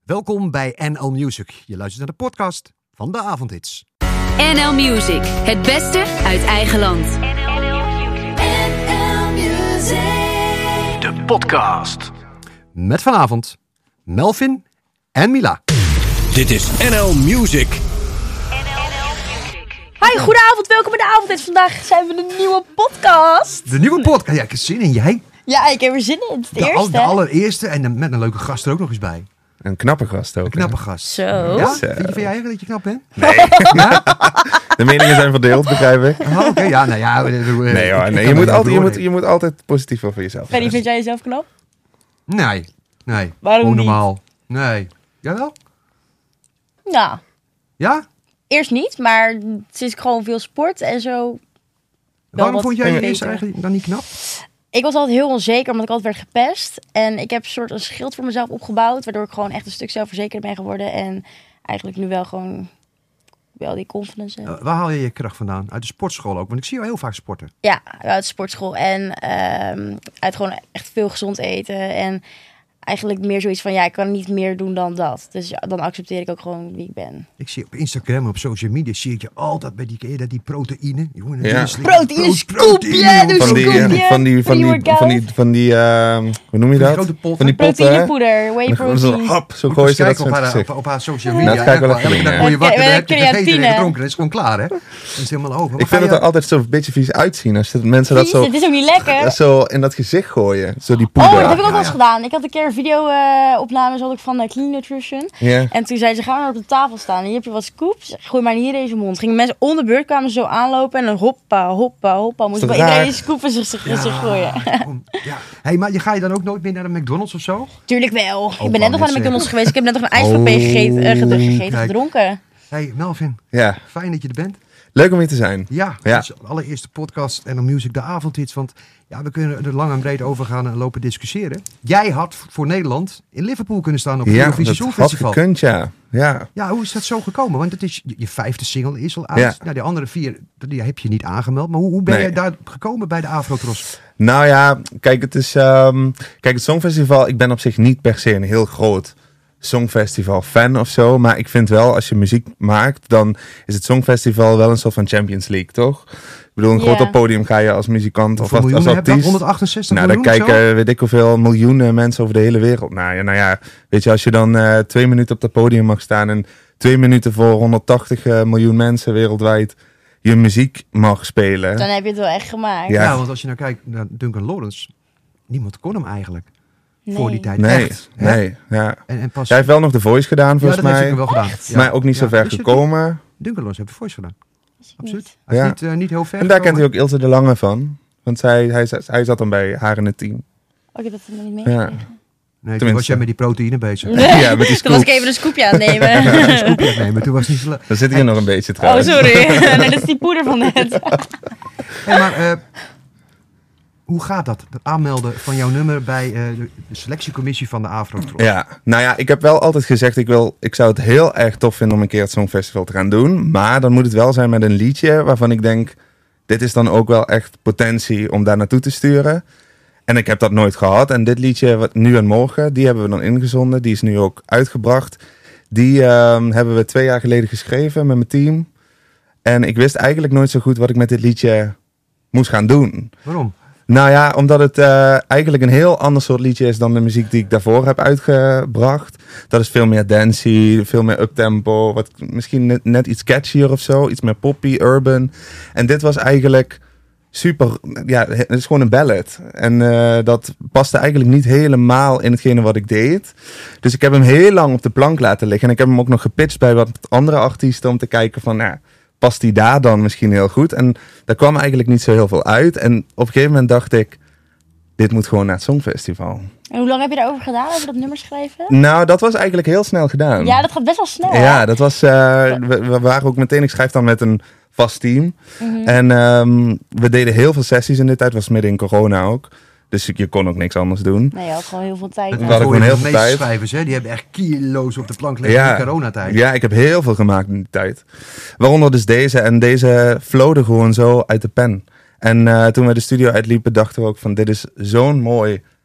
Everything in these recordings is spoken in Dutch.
Welkom bij NL Music. Je luistert naar de podcast van de Avondhits. NL Music, het beste uit eigen land. NL Music. De podcast. Met vanavond Melvin en Mila. Dit is NL Music. Hi, goedenavond, welkom bij de Avondhits. Vandaag zijn we de nieuwe podcast. De nieuwe podcast. Ja, ik heb zin in. Jij? Ja, ik heb er zin in. Het eerste. De allereerste en met een leuke gast er ook nog eens bij. Een knappe gast ook. Een knappe gast. Zo. Ja? Vind jij eigenlijk dat je knap bent? Nee. De meningen zijn verdeeld, begrijp ik. Oh, oké. Ja, nou ja. Nee hoor, nee. Je moet altijd positief over jezelf Ferry, zijn. vind jij jezelf knap? Nee. Waarom Gewoon niet? normaal. Nee. Jawel? Nou, Ja? eerst niet, maar sinds ik gewoon veel sport en zo... Waarom wat vond jij je beter. eerst eigenlijk dan niet knap? Ik was altijd heel onzeker, omdat ik altijd werd gepest. En ik heb een soort een schild voor mezelf opgebouwd, waardoor ik gewoon echt een stuk zelfverzekerder ben geworden. En eigenlijk nu wel gewoon wel die confidence heb. Waar haal je je kracht vandaan? Uit de sportschool ook? Want ik zie jou heel vaak sporten. Ja, uit de sportschool en uit gewoon echt veel gezond eten. En eigenlijk meer zoiets van, ja, ik kan niet meer doen dan dat. Dus ja, dan accepteer ik ook gewoon wie ik ben. Ik zie op Instagram en op social media zie ik je altijd bij die proteïne. Jongen, Ja. dat is Proteïne scoopje, doe Van die, scoopje. hoe noem je dat? grote potten. Van die potten, hè? Proteinepoeder, whey Zo protein. hap, zo Moet gooi je je eens dat kijken zo in het gezicht. op haar social Ja, media. dat ga ik wel even doen, Dan ja. word je wakker, dan heb je gegeten en Creatine. gedronken. Dat is gewoon klaar, hè? Dat is helemaal over. Ik vind het er altijd zo'n beetje vies uitzien als mensen dat Vies, zo, het is ook niet lekker. zo in dat gezicht gooien. Zo die Oh, poeder. dat heb ik ook wel eens ja. gedaan. Ik had een keer een video-opname van Clean Nutrition. Ja. En toen zei ze, ga maar op de tafel staan. En hier heb je wat scoops. Gooi maar hier in deze mond. Gingen mensen om de beurt, kwamen ze zo aanlopen. En dan hoppa. Moest Is bij dat iedereen raar? een scoop in zich gooien. Ja. Hey, maar ga je dan ook nooit meer naar de McDonald's of zo? Tuurlijk wel. Ik wou ben net nog net aan de McDonald's zeggen. geweest. Ik heb net nog een ijsfrappé gegeten, kijk. gedronken. Hey, Melvin. Ja, Fijn dat je er bent. leuk om hier te zijn. Ja, Ja. dit is de allereerste podcast en dan Music de Avondhits. Want ja, we kunnen er lang en breed over gaan en lopen discussiëren. Jij had voor Nederland in Liverpool kunnen staan op het Ja, Eurovisie dat had Songfestival. gekund, ja. Ja. Ja, hoe is dat zo gekomen? Want het is je 5e single is al uit. Ja. Nou, de andere 4 die heb je niet aangemeld. Maar hoe ben Nee. jij daar gekomen bij de Afrotros? Nou ja, kijk, het is. Kijk, het Songfestival. Ik ben op zich niet per se een heel groot Songfestival fan of zo. Maar ik vind wel, als je muziek maakt, dan is het Songfestival wel een soort van Champions League, toch? Ik bedoel, een Ja. groter podium ga je als muzikant of Hoeveel als miljoenen heb je? artiest. 168 Nou, dan miljoen of zo? kijken, weet ik hoeveel, miljoenen mensen over de hele wereld. Nou ja, weet je, als je dan 2 minuten op dat podium mag staan en 2 minuten voor 180 miljoen mensen wereldwijd je muziek mag spelen. Dan heb je het wel echt gemaakt. Ja. Ja, want als je nou kijkt naar Duncan Lawrence, niemand kon hem eigenlijk Nee. voor die tijd. Nee, Echt. Hè? nee, ja. En pas... Jij heeft wel nog The Voice gedaan, ja, volgens dat heeft mij. hij wel gedaan. Ja. Maar ook niet zo Ja. ver Wist je het? gekomen. Duncan Lawrence heeft de Voice gedaan. Absoluut. Niet. Hij is Ja. niet heel ver En daar kent hij gekomen. ook Ilse de Lange van. Want hij zat dan bij haar in het team. Oh, ik heb dat nog niet Ja. meegekregen. Nee, toen Tenminste. was jij met die proteïne bezig. Ja, met die Toen was ik scoop. even een scoopje aan het nemen. Nee, maar toen was het niet zo leuk. Dan zit hij er nog een beetje Oh, trouwens. sorry. Nee, dat is die poeder van net. Hey, maar hoe gaat dat? Het aanmelden van jouw nummer bij de selectiecommissie van de Afrotros. Ja, nou ja, ik heb wel altijd gezegd, ik zou het heel erg tof vinden om een keer het Songfestival te gaan doen. Maar dan moet het wel zijn met een liedje waarvan ik denk, dit is dan ook wel echt potentie om daar naartoe te sturen. En ik heb dat nooit gehad. En dit liedje, wat Nu en Morgen, die hebben we dan ingezonden. Die is nu ook uitgebracht. Die hebben we 2 jaar geleden geschreven met mijn team. En ik wist eigenlijk nooit zo goed wat ik met dit liedje moest gaan doen. Waarom? Nou ja, omdat het eigenlijk een heel ander soort liedje is dan de muziek die ik daarvoor heb uitgebracht. Dat is veel meer dancey, veel meer uptempo, wat misschien net iets catchier of zo. Iets meer poppy, urban. En dit was eigenlijk super, ja, het is gewoon een ballad. En dat paste eigenlijk niet helemaal in hetgene wat ik deed. Dus ik heb hem heel lang op de plank laten liggen. En ik heb hem ook nog gepitcht bij wat andere artiesten om te kijken van, nou, past die daar dan misschien heel goed? En daar kwam eigenlijk niet zo heel veel uit. En op een gegeven moment dacht ik, dit moet gewoon naar het Songfestival. En hoe lang heb je daarover gedaan, over dat nummer schrijven? Nou, dat was eigenlijk heel snel gedaan. Ja, dat gaat best wel snel. hè? Ja, dat was, we waren ook meteen, ik schrijf dan met een vast team. Mhm. En we deden heel veel sessies in dit tijd, was midden in corona ook. Dus je kon ook niks anders doen. Nee, je had gewoon heel veel tijd. Dat We hadden hoor je gewoon van heel de veel meeste tijd. schrijvers, hè? Die hebben echt kilo's op de plank liggen in de coronatijd. Ja, ik heb heel veel gemaakt in die tijd. Waaronder dus deze. En deze flowde gewoon zo uit de pen. En toen we de studio uitliepen, dachten we ook van, dit is zo'n mooi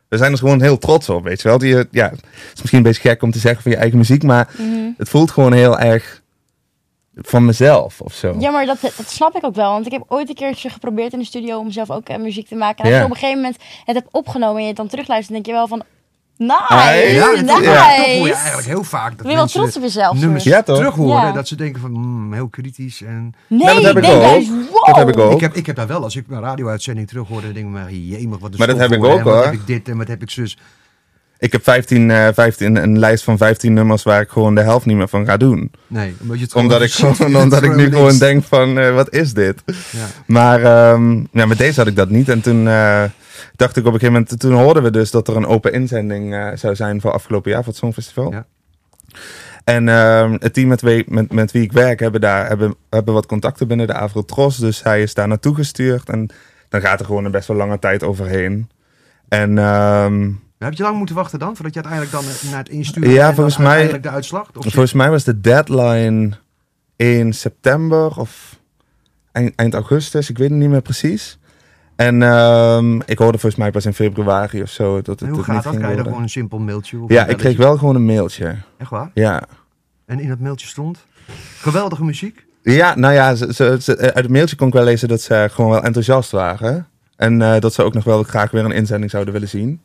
We zijn er gewoon heel trots op, weet je wel. Het is misschien een beetje gek om te zeggen van je eigen muziek, maar het voelt gewoon heel erg van mezelf of zo. Ja, maar dat snap ik ook wel. Want ik heb ooit een keertje geprobeerd in de studio om zelf ook muziek te maken. En als je op een gegeven moment het hebt opgenomen en je het dan terugluistert, denk je wel van, nice, Ja, nice. toch hoor je eigenlijk heel vaak dat Ben je wel mensen trots op jezelf? nummers Ja, toch? terug horen. Ja. Dat ze denken van, heel kritisch. En Nee, Ja, dat heb ik ik denk ook. juist, wow. Dat heb ik ook. ik heb daar wel, als ik mijn radio-uitzending terug hoorde, dan denk ik maar, jemig, wat een Maar dat heb ik stofwoorden, ook, en wat hoor. heb ik dit en wat heb ik zus. Ik heb 15, een lijst van 15 nummers waar ik gewoon de helft niet meer van ga doen. Nee, omdat je het Omdat ik nu gewoon denk van, wat is dit? Ja. Maar met deze had ik dat niet. En toen dacht ik op een gegeven moment, toen hoorden we dus dat er een open inzending zou zijn voor afgelopen jaar, voor het Songfestival. Ja. En het team met wie ik werk hebben wat contacten binnen de Avrotros. Dus hij is daar naartoe gestuurd. En dan gaat er gewoon een best wel lange tijd overheen. En Heb je lang moeten wachten dan, voordat je uiteindelijk dan naar het insturen Ja, en volgens dan mij- uiteindelijk de uitslag? Of volgens mij was de deadline in september of eind augustus. Ik weet het niet meer precies. En ik hoorde volgens mij pas in februari of zo dat het hoe niet gaat dat? ging Krijg je dan worden. gewoon een simpel mailtje? Of Ja, een ik kreeg belletje? wel gewoon een mailtje. Echt waar? Ja. En in dat mailtje stond, geweldige muziek. Ja, nou ja, uit het mailtje kon ik wel lezen dat ze gewoon wel enthousiast waren. En dat ze ook nog wel graag weer een inzending zouden willen zien.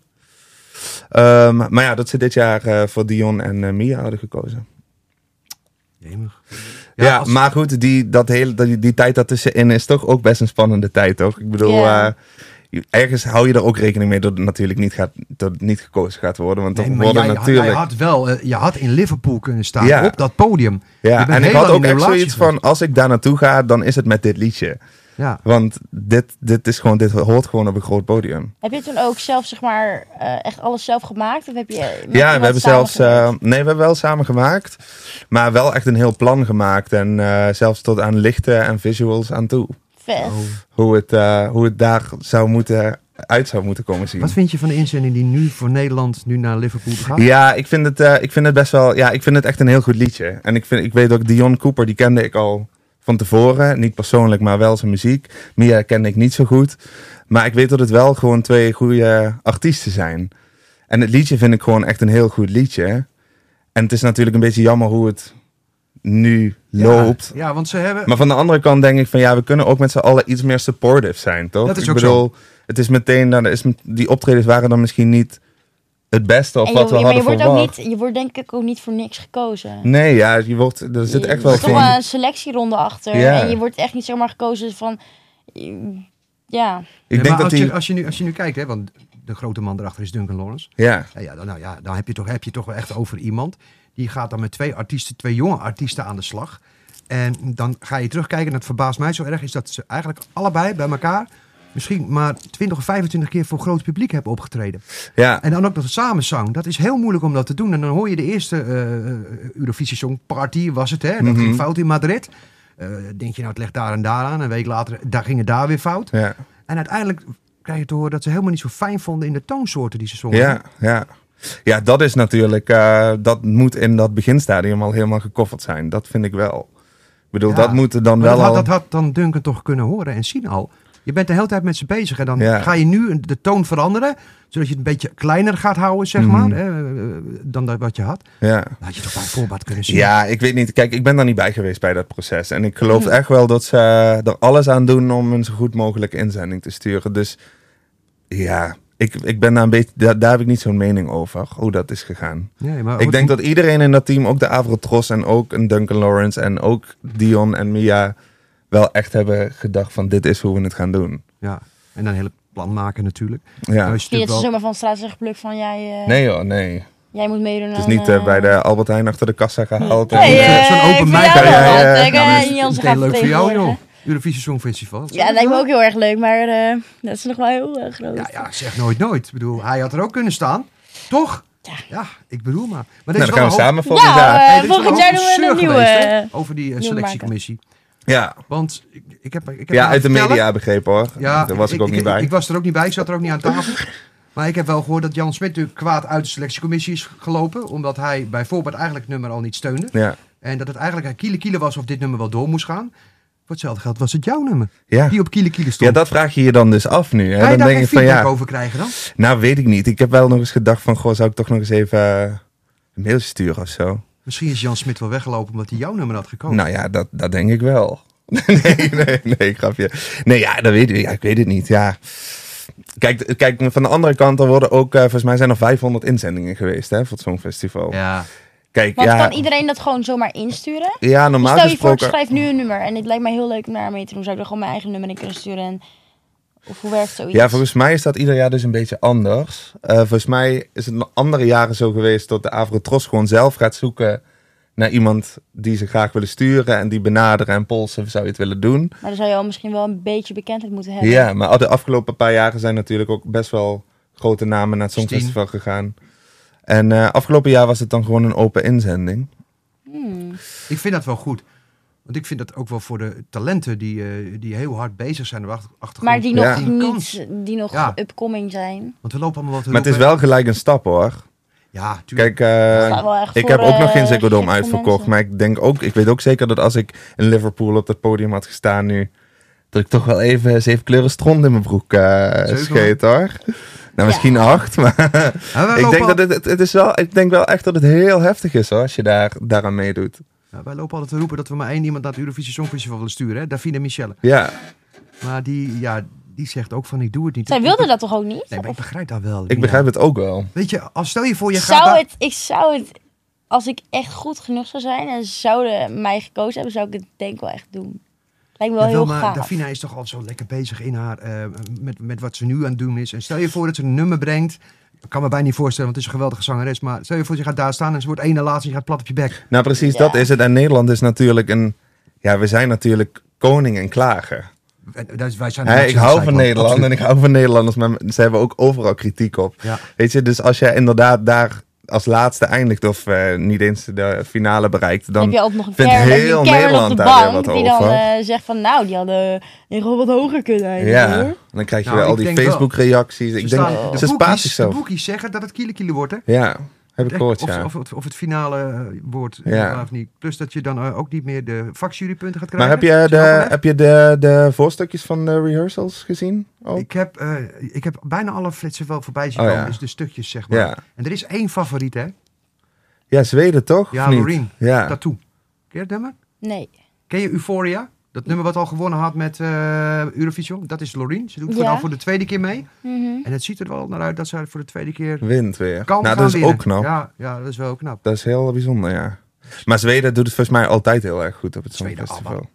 Maar ja, dat ze dit jaar voor Dion en Mia hadden gekozen. Jemig. Ja, als- maar goed, die tijd daartussenin is toch ook best een spannende tijd, toch? Ik bedoel, Ja. ergens hou je er ook rekening mee dat het natuurlijk niet gekozen gaat worden. Want Nee, dan maar worden jij natuurlijk... had wel, je had in Liverpool kunnen staan Ja. op dat podium. Je Ja, bent en ik heel had lang ook in een echt relatie zoiets geweest. van, als ik daar naartoe ga, dan is het met dit liedje. Ja. Want dit hoort gewoon op een groot podium. Heb je toen ook zelf, zeg maar, echt alles zelf gemaakt? Of heb je met Ja, iemand we hebben zelfs... samengewerkt? we hebben wel samen gemaakt. Maar wel echt een heel plan gemaakt. En zelfs tot aan lichten en visuals aan toe. Vet. Hoe het daar uit zou moeten komen zien. Wat vind je van de inzending die nu voor Nederland nu naar Liverpool gaat? Ja, ik vind het best wel... Ja, ik vind het echt een heel goed liedje. En ik weet ook, Dion Cooper, die kende ik al van tevoren. Niet persoonlijk, maar wel zijn muziek. Mia kende ik niet zo goed. Maar ik weet dat het wel gewoon twee goede artiesten zijn. En het liedje vind ik gewoon echt een heel goed liedje. En het is natuurlijk een beetje jammer hoe het nu loopt. Ja, want ze hebben... Maar van de andere kant denk ik van ja, we kunnen ook met z'n allen iets meer supportive zijn, toch? Dat is ik ook bedoel, het is meteen, die optredens waren dan misschien niet het beste of En wat we maar hadden je wordt, verwacht. je wordt denk ik ook niet voor niks gekozen. Nee, ja, er zit echt wel Er is toch geen... wel een selectieronde achter. Ja. En je wordt echt niet zomaar gekozen van... Ja, Ik denk dat als je nu kijkt, hè, want de grote man erachter is Duncan Lawrence. Ja, Dan heb je toch wel echt over iemand. Die gaat dan met twee jonge artiesten aan de slag. En dan ga je terugkijken, en het verbaast mij zo erg, is dat ze eigenlijk allebei bij elkaar misschien maar 20 of 25 keer voor groot publiek hebben opgetreden. ja. En dan ook nog samenzang. Dat is heel moeilijk om dat te doen. En dan hoor je de eerste Eurovisie Song Party, was het, hè? Dat ging fout in Madrid. Denk je, nou, het ligt daar en daar aan. Een week later, ging het daar weer fout. Ja, En uiteindelijk krijg je te horen dat ze helemaal niet zo fijn vonden in de toonsoorten die ze zongen. ja, dat is natuurlijk, dat moet in dat beginstadium al helemaal gekofferd zijn. Dat vind ik wel. Ik bedoel, Ja, dat moet er dan Maar wel al... dat had dan Duncan toch kunnen horen en zien al. Je bent de hele tijd met ze bezig. En dan Ja. ga je nu de toon veranderen. Zodat je het een beetje kleiner gaat houden, zeg maar. Dan wat je had. Ja. Dat had je toch bij voorbaat kunnen zien. Ja, ik weet niet. Kijk, ik ben daar niet bij geweest bij dat proces. En ik geloof echt wel dat ze er alles aan doen om een zo goed mogelijke inzending te sturen. Dus ja, ik ben daar een beetje... Daar heb ik niet zo'n mening over, hoe dat is gegaan. Nee, maar Ik denk dat iedereen in dat team, ook de Avrotros en ook een Duncan Lawrence en ook Dion en Mia, wel echt hebben gedacht van dit is hoe we het gaan doen. Ja, en dan een hele plan maken natuurlijk. Ja. Nou is het je het natuurlijk zomaar van de straat is geplukt van jij, Nee joh, nee. jij moet meedoen Het is aan, niet bij de Albert Heijn achter de kassa gehaald. en- Nee, Zo'n open ik mic. vind jou Ja, wel ja, wat. ja. Ik Nou, ga dat is Jansen meteen gaan leuk voor jou, joh. vertegenwoordigen. Eurovisie Songfestival. Ja, dat lijkt me ook heel erg leuk, maar dat is nog wel heel groot. Ja, zeg nooit. Ik bedoel, hij had er ook kunnen staan. Toch? Ja, ik bedoel maar. Maar Nou, dan gaan we samen Ja, volgend jaar. Hey, er is wel volgend een jaar hoop doen we een gezeur nieuwe. geweest, hè, over die selectiecommissie. Ja, Want ik heb ja maar uit de vertellen- media begrepen hoor. Ja, Daar was ik ook niet bij. Ik was er ook niet bij. Ik zat er ook niet aan tafel. Maar ik heb wel gehoord dat Jan Smit natuurlijk kwaad uit de selectiecommissie is gelopen. Omdat hij bij voorbaat eigenlijk het nummer al niet steunde. Ja. En dat het eigenlijk een kiele was of dit nummer wel door moest gaan. Voor hetzelfde geld was het jouw nummer. Ja. Die op Kiele stond. Ja, dat vraag je je dan dus af nu. Hè? Ga je Dan daar denk geen je van feedback ja, over krijgen dan? nou weet ik niet. Ik heb wel nog eens gedacht van, goh, zou ik toch nog eens even een mailtje sturen of zo? Misschien is Jan Smit wel weggelopen omdat hij jouw nummer had gekozen. Nou ja, dat denk ik wel. nee, grapje. Nee, ja, dat weet ik. Ja, ik weet het niet. Ja. Kijk, van de andere kant, er worden ook, volgens mij zijn er 500 inzendingen geweest hè, voor het Songfestival. Ja. Kijk, Want ja, kan iedereen dat gewoon zomaar insturen? ja, Dus normaal stel je voor, ik gesproken. schrijf nu een nummer en het lijkt mij heel leuk om daar aan mee te doen. Zou ik er gewoon mijn eigen nummer in kunnen sturen? Of hoe werkt zoiets? Ja, volgens mij is dat ieder jaar dus een beetje anders. Volgens mij is het andere jaren zo geweest dat de Avrotros gewoon zelf gaat zoeken naar iemand die ze graag willen sturen en die benaderen en polsen, zou je het willen doen? Maar dan zou je al misschien wel een beetje bekendheid moeten hebben. Ja, maar de afgelopen paar jaren zijn natuurlijk ook best wel grote namen naar het Songfestival gegaan. En afgelopen jaar was het dan gewoon een open inzending. Ik vind dat wel goed. Want ik vind dat ook wel voor de talenten die heel hard bezig zijn op de achtergrond. Maar die Ja. nog niet, die nog Ja. upcoming zijn. Want we lopen allemaal wat te Maar het is roepen. wel gelijk een stap hoor. Ja, tuurlijk. Kijk, Gaat wel echt ik voor, heb ook nog geen Ziggo Dome gek voor uitverkocht. mensen. Maar ik weet ook zeker dat als ik in Liverpool op dat podium had gestaan nu, dat ik toch wel even 7 kleuren stront in mijn broek scheet hoor. Nou, misschien 8, maar Ja, ik denk dat het is wel. Ik denk wel echt dat het heel heftig is hoor, als je daaraan meedoet. Ja, wij lopen altijd te roepen dat we maar 1 iemand naar het Eurovisie Songfestival willen sturen. Hè? Davina Michelle. Ja, Maar die zegt ook van ik doe het niet. Zij wilde dat toch ook niet? Nee, maar ik begrijp dat wel. ik begrijp het ook wel. Weet je, stel je voor je gaat daar... Ik zou het, als ik echt goed genoeg zou zijn en ze zouden mij gekozen hebben, zou ik het denk ik wel echt doen. Lijkt me wel heel maar gaaf. Davina is toch al zo lekker bezig in haar, met wat ze nu aan het doen is. En stel je voor dat ze een nummer brengt. Ik kan me bijna niet voorstellen, want het is een geweldige zangeres. Maar stel je voor, je gaat daar staan en ze wordt één na laatste en je gaat plat op je bek. Nou, precies, Ja. dat is het. En Nederland is natuurlijk we zijn natuurlijk koning en klager. Wij zijn Ik hou van Nederland en ik hou van Nederlanders, maar ze hebben ook overal kritiek op. Ja. Weet je, dus als jij inderdaad daar als laatste eindigt of niet eens de finale bereikt, Dan dan heb je ook nog een vindt Karen, heel die Karen Nederland op de daar weer bank wat die dan over. zegt van nou, die hadden gewoon wat hoger kunnen eindigen, Ja, hoor. en dan krijg je Nou, weer al ik die denk wel. Facebook-reacties. Ik denk, ze spaart de zichzelf. boekies zeggen dat het kiele wordt, hè? Ja, heb ik gehoord, ja. Of het finale wordt, Ja. of niet. Plus dat je dan ook niet meer de vakjurypunten gaat Maar krijgen. heb je de voorstukjes van de rehearsals gezien? Ook? Ik heb bijna alle flitsen wel voorbij zien Oh, komen. ja. Dus de stukjes, zeg maar. Ja. En er is 1 favoriet, hè? Ja, Zweden toch? Ja, Of niet? Loreen. Ja. Tattoo. Ken je het nummer? Nee. Ken je Euphoria? Dat nummer wat al gewonnen had met Eurovision. Dat is Loreen. Ze doet Ja. dan voor de tweede keer mee. Mhm. En het ziet er wel naar uit dat ze voor de tweede keer Wint weer. kan Nou, gaan dat is winnen. ook knap. Ja, dat is wel knap. Dat is heel bijzonder, ja. Maar Zweden doet het volgens mij altijd heel erg goed op het Zweden, Songfestival.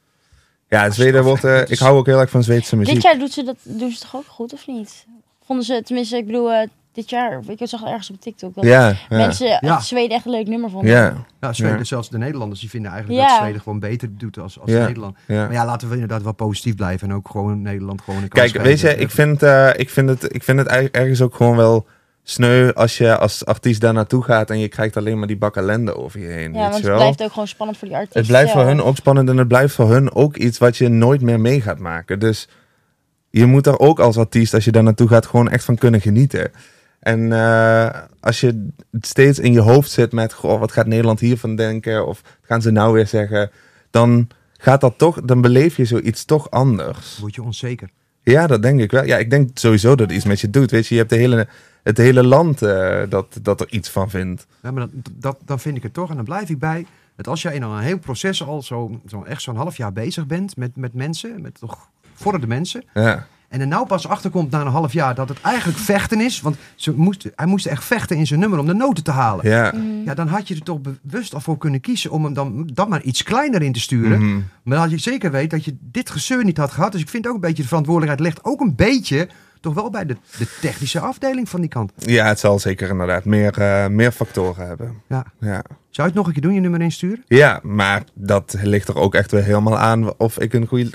Ja, Zweden wordt... ik hou ook heel erg van Zweedse muziek. Dit jaar doen ze toch ook goed, of niet? Vonden ze, tenminste, ik bedoel, dit jaar, ik zag het ergens op TikTok, dat Ja, mensen Ja. Zweden echt een leuk nummer vonden. ja. Ja, Zweden, Ja. zelfs de Nederlanders, die vinden eigenlijk Ja. dat Zweden gewoon beter doet als Ja. Nederland. Ja. Maar ja, laten we inderdaad wel positief blijven. En ook gewoon Nederland gewoon een kans Kijk, weet je, geven. ik vind het ergens ook gewoon wel sneu als je als artiest daar naartoe gaat en je krijgt alleen maar die bak ellende over je heen. Ja, weet want je het wel? blijft ook gewoon spannend voor die artiesten. Het blijft voor zelf. hun ook spannend en het blijft voor hun ook iets wat je nooit meer mee gaat maken. Dus je moet daar ook als artiest, als je daar naartoe gaat, gewoon echt van kunnen genieten. En als je steeds in je hoofd zit met, goh, wat gaat Nederland hiervan denken? Of gaan ze nou weer zeggen? Dan gaat dat toch, dan beleef je zoiets toch anders. Word je onzeker. Ja, dat denk ik wel. Ja, ik denk sowieso dat het iets met je doet. Weet je, je hebt het hele land dat er iets van vindt. Ja, maar dan vind ik het toch. En dan blijf ik bij dat als jij in een heel proces al echt zo'n half jaar bezig bent met mensen, met toch vorderde mensen. Ja. En er nou pas achterkomt na een half jaar dat het eigenlijk vechten is. Want hij moest echt vechten in zijn nummer om de noten te halen. Ja. Ja, dan had je er toch bewust al voor kunnen kiezen om hem dan maar iets kleiner in te sturen. Mhm. Maar dan had je zeker weet dat je dit gezeur niet had gehad. Dus ik vind ook een beetje de verantwoordelijkheid ligt ook een beetje toch wel bij de technische afdeling van die kant. Ja, het zal zeker inderdaad meer factoren hebben. Ja. Ja. Zou je het nog een keer doen, je nummer insturen? Ja, maar dat ligt er ook echt weer helemaal aan of ik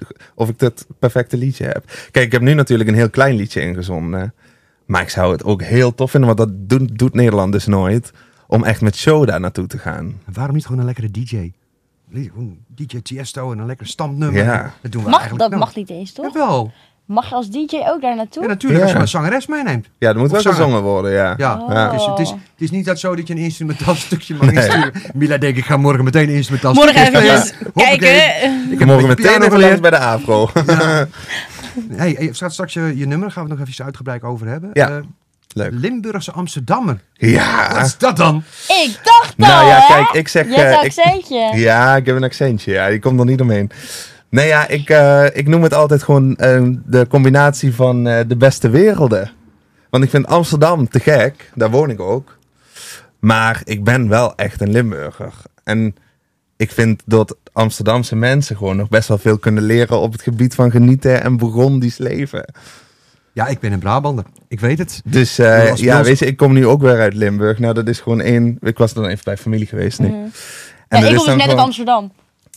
het perfecte liedje heb. Kijk, ik heb nu natuurlijk een heel klein liedje ingezonden. Maar ik zou het ook heel tof vinden, want dat doet Nederland dus nooit. Om echt met show daar naartoe te gaan. Waarom niet gewoon een lekkere DJ? DJ Tiesto en een lekker stampnummer. Ja. Dat doen we Dat eigenlijk mag niet eens, toch? Jawel. Mag je als DJ ook daar naartoe? Ja, natuurlijk, als je Ja. een zangeres meeneemt. Ja, er moet wel Of zanger. gezongen worden, ja. Ja, Oh. het is niet dat zo dat je een instrumentaal stukje mag Nee. insturen. Mila denkt, ik ga morgen meteen een instrumentaal Morgen stukje even spelen. kijken. Hoppakee. Ik heb Morgen een beetje meteen piano even langs geleerd. bij de AVRO. Hey, straks je nummer, gaan we het nog even uitgebreid over hebben. Ja. Leuk. Limburgse Amsterdammer. Ja. Wat is dat dan? Ik dacht al, Nou ja, hè? kijk, ik zeg... Je hebt een ik- accentje. Ja, ik heb een accentje. Ja, die komt er niet omheen. Nee, ja, ik noem het altijd gewoon de combinatie van de beste werelden. Want ik vind Amsterdam te gek. Daar woon ik ook. Maar ik ben wel echt een Limburger. En ik vind dat Amsterdamse mensen gewoon nog best wel veel kunnen leren op het gebied van genieten en Bourgondisch leven. Ja, ik ben een Brabander. Ik weet het. Dus als ja, Bils- weet je, ik kom nu ook weer uit Limburg. Nou, dat is gewoon één... Ik was dan even bij familie geweest nu. Mhm. En Ja, dat ik is kom dus dan net uit gewoon- Amsterdam.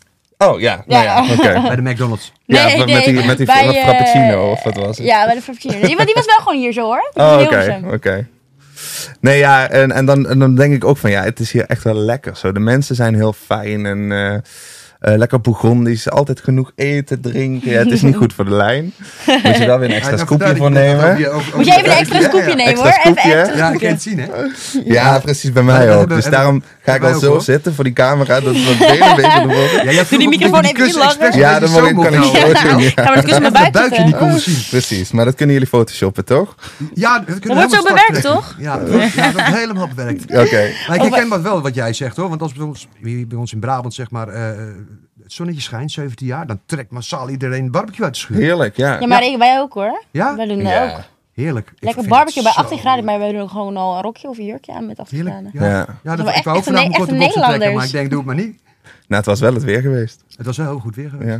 Oh ja, nou ja, oké. Bij de McDonald's. Ja, Nee, met die bij, frappuccino, of wat was het? Ja, bij de Frappuccino. Die was wel gewoon hier zo, hoor. Oh, Heel oké, Hilversum. oké. Nee, ja, en dan denk ik ook van, ja, het is hier echt wel lekker zo. De mensen zijn heel fijn en lekker Bourgondisch. Altijd genoeg eten, drinken. Ja, het is niet goed voor de lijn. Moet je wel weer een extra scoopje voor nemen. Moet je even een extra scoopje nemen, Extra hoor. scoopje, Even hè? extra Ja, ik scoopje. kan het zien, hè? Ja, precies, bij Ja, mij dat ook. hebben- Dus hebben- daarom ga ik hebben wij al ook, zo hoor. zitten voor die camera. Dat het benen een beetje naar voren. Ja, jij Doe die microfoon even iets langer. Ja, dan kan ik zo doen. Ja. Gaan we het kussen mijn buik buikje niet zitten? kon zien. Precies, maar dat kunnen jullie photoshoppen, toch? Ja, dat kunnen wordt we zo helemaal bewerkt, strak toch? trekken. Ja, dat wordt helemaal bewerkt. Oké. Maar ik herken wat wel wat jij zegt, hoor. Want als bij ons in Brabant, zeg maar, het zonnetje schijnt, 17 jaar, dan trekt massaal iedereen een barbecue uit de schuur. Heerlijk, ja. Ja, maar wij ook, hoor. Ja? Wij doen Ja. ook. Heerlijk. Ik Lekker vind barbecue bij het 18 zo graden, maar wij doen ook gewoon al een rokje of een jurkje aan met 18 Heerlijk. graden. Ja, Ja. ja Dat dat, is ik wel wou ook echt vandaag een mijn korte echte boksen trekken, maar Nederlanders. ik denk, doe het maar niet. Nou, het was wel het weer geweest. Het was wel heel goed weer geweest. Ja.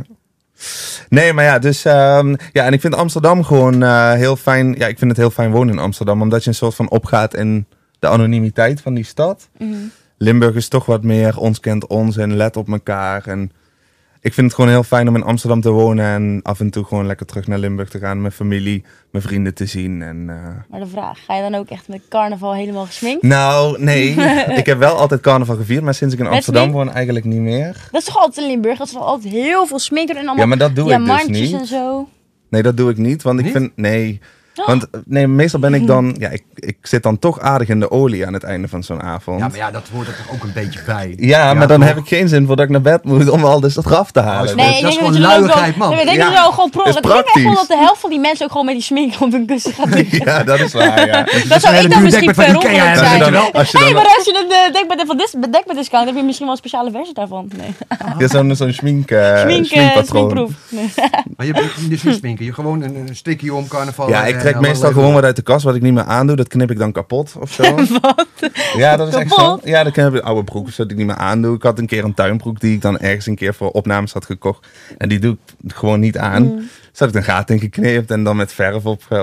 Nee, maar ja, dus ja, en ik vind Amsterdam gewoon heel fijn. Ja, ik vind het heel fijn wonen in Amsterdam, omdat je een soort van opgaat in de anonimiteit van die stad. Mhm. Limburg is toch wat meer ons kent ons en let op elkaar. En ik vind het gewoon heel fijn om in Amsterdam te wonen en af en toe gewoon lekker terug naar Limburg te gaan, mijn familie, mijn vrienden te zien. En, Maar de vraag, ga je dan ook echt met carnaval helemaal gesminkt? nou, nee, ik heb wel altijd carnaval gevierd, maar sinds ik in Met Amsterdam smink? woon eigenlijk niet meer. Dat is toch altijd in Limburg? Dat is toch altijd heel veel smink door en allemaal Ja, maar dat doe ik dus diamantjes niet. en zo. Nee, dat doe ik niet, want ik Niet? vind... Nee, want nee, meestal ben ik dan... Ja, ik zit dan toch aardig in de olie aan het einde van zo'n avond. Ja, maar ja, dat hoort er toch ook een beetje bij. Ja, maar dan toch? heb ik geen zin voordat ik naar bed moet om al dus dat eraf te halen. Nee, ik dat is denk gewoon je dan ook luiigheid, wel- man. Nee, ik denk Ja, dat je wel gewoon pro. dat is Dat klinkt echt praktisch. wel dat de helft van die mensen ook gewoon met die smink op hun kussen gaat liggen. Ja, dat is waar, ja. Dat zou een ik dan hele misschien dekbed van per Ikea ongeluk hebben, zijn. weet je wel. Als je Hé, dan maar als je een dekbed hebt van dekbeddiscount, heb je misschien wel een speciale versie daarvan. Nee. ja, zo'n schmink, Sminkproef. schminkpatroon. Nee. Maar je hebt dus niet sminken. Je gewoon een strikje om carnaval. Ja, ik trek en meestal alle gewoon wat uit de kast wat ik niet meer aandoe. Dat knip ik dan kapot of zo. Wat? Ja, dat is echt zo. Kapot? Ja, dan knip ik oude broek of zo dat ik niet meer aandoe. Ik had een keer een tuinbroek die ik dan ergens een keer voor opnames had gekocht. En die doe ik gewoon niet aan. Dus had ik een gaten in geknipt en dan met verf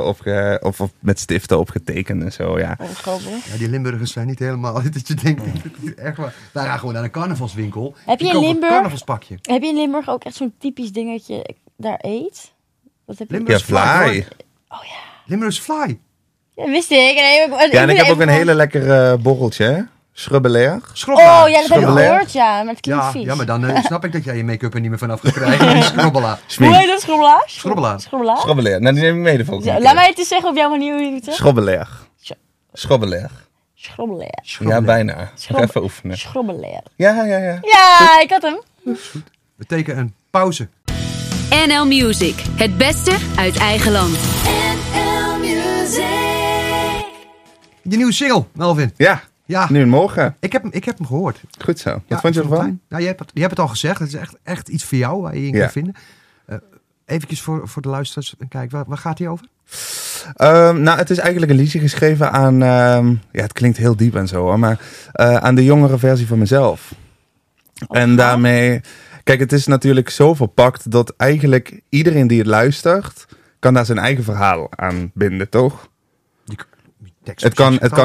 of met stiften opgetekend en zo, ja. Oh, grappig. Ja, die Limburgers zijn niet helemaal dat je denkt, echt waar. Wij gaan gewoon naar een carnavalswinkel. Heb je Ik in koop een Limburg- carnavalspakje. Heb je in Limburg ook echt zo'n typisch ding dat je daar eet? Dat heb je. Ja, Limburgs fly. hoor. Limburgs fly. Ja, wist ik. Ja, en ik heb ook een hele lekkere borreltje, hè. Schrubbelair. Schrobbelaar. Oh ja, dat heb ik Schrobbelair. gehoord, ja. Maar het klinkt Ja, vies. ja, maar dan snap ik dat jij je make-up er niet meer vanaf gaat krijgen. Die schrobbelaar. Hoe Schmink. heet dat? Schrobbelaar? Schrobbelaar. Schrobbelaar? Schrubbelair. Nou, die neem ik mee de volgende Ja, keer. laat mij het eens zeggen op jouw manier hoe je het zegt. Schrubbelair. Sch- Schrubbelair. Schrobbelair. Ja, bijna. Nog Schrob- even oefenen. Schrobbelair. Ja. Ja, ik had hem. Betekent een pauze. NL Music. Het beste uit eigen land. Je nieuwe single, Melvin. Ja, Ja, nu en morgen. ik heb hem gehoord. Goed zo. Wat Ja, vond je ik vond het ervan? fijn. Nou, je hebt het al gezegd. Het is echt iets voor jou waar je in Ja. kan vinden. Eventjes voor de luisteraars. Kijk, waar gaat hij over? Nou, het is eigenlijk een liedje geschreven aan... ja, het klinkt heel diep en zo, hoor, maar aan de jongere versie van mezelf. En daarmee... Kijk, het is natuurlijk zo verpakt dat eigenlijk iedereen die het luistert... kan daar zijn eigen verhaal aan binden, toch? Die tekst Het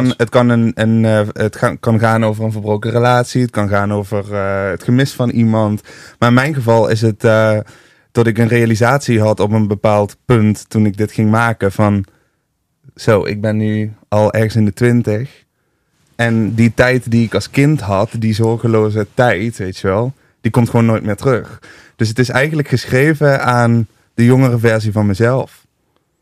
kan gaan over een verbroken relatie. Het kan gaan over het gemis van iemand. Maar in mijn geval is het dat ik een realisatie had op een bepaald punt toen ik dit ging maken. Van zo, ik ben nu al ergens in de 20. En die tijd die ik als kind had, die zorgeloze tijd, weet je wel, die komt gewoon nooit meer terug. Dus het is eigenlijk geschreven aan de jongere versie van mezelf.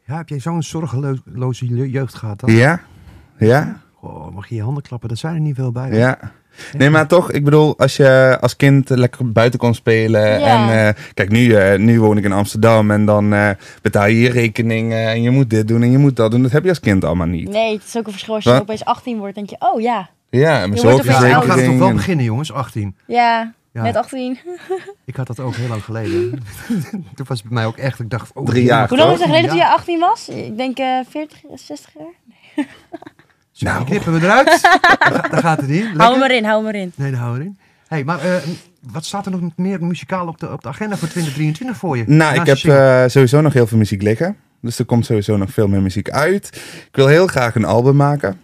Ja, heb jij zo'n zorgeloze jeugd gehad dan? Ja. Ja. Oh, mag je je handen klappen? Dat zijn er niet veel bij. Ja. Nee, maar toch, ik bedoel, als je als kind lekker buiten kon spelen. Ja. En kijk, nu woon ik in Amsterdam en dan betaal je je rekeningen en je moet dit doen en je moet dat doen. Dat heb je als kind allemaal niet. Nee, het is ook een verschil als je Wat? opeens 18 wordt. denk je, oh ja. Ja, en met Je wordt zoveel opeens Ja, ouder. dan gaat het toch wel verzekeringen. beginnen, jongens, 18. Ja, Ja. met 18. Ik had dat ook heel lang geleden. Toen was het bij mij ook echt, ik dacht... Oh, 3 jaar. Hoe lang is het geleden Ja. toen je 18 was? Ik denk 40, 60 jaar. Nou, knippen we eruit. Daar gaat het in. Hou Lekker. hem erin, hou hem erin. Nee, daar houden we erin. Hey, maar wat staat er nog meer muzikaal op de agenda voor 2023 voor je? Nou, ik Naast heb je single? sowieso nog heel veel muziek liggen. Dus er komt sowieso nog veel meer muziek uit. Ik wil heel graag een album maken.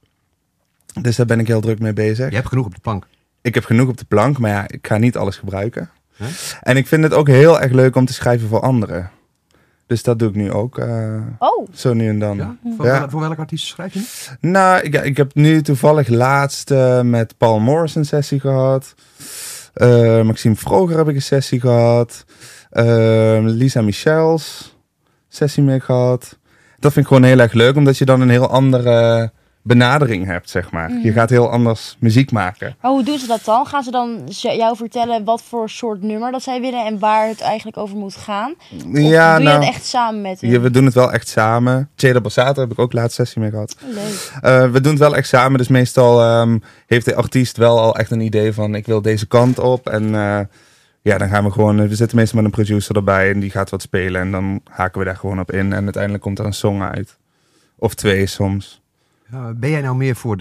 Dus daar ben ik heel druk mee bezig. Je hebt genoeg op de plank. Ik heb genoeg op de plank, maar ja, ik ga niet alles gebruiken. Huh? En ik vind het ook heel erg leuk om te schrijven voor anderen. Dus dat doe ik nu ook. Oh, Zo nu en dan. Ja? Ja. Voor welke artiest schrijf je nu? Nou, ik heb nu toevallig laatst met Paul Morris een sessie gehad. Maxime Vroger heb ik een sessie gehad. Lisa Michels sessie mee gehad. Dat vind ik gewoon heel erg leuk, omdat je dan een heel andere benadering hebt, zeg maar. Je gaat heel anders muziek maken. maar hoe doen ze dat dan? Gaan ze dan jou vertellen wat voor soort nummer dat zij willen en waar het eigenlijk over moet gaan? Of doe je dat echt samen met hen? we doen het wel echt samen. Ceda Bassato heb ik ook laatst sessie mee gehad. Leuk. We doen het wel echt samen, dus meestal heeft de artiest wel al echt een idee van ik wil deze kant op. En ja, dan gaan we gewoon, we zitten meestal met een producer erbij en die gaat wat spelen en dan haken we daar gewoon op in. En uiteindelijk komt er een song uit. Of 2 soms. Ben jij nou meer voor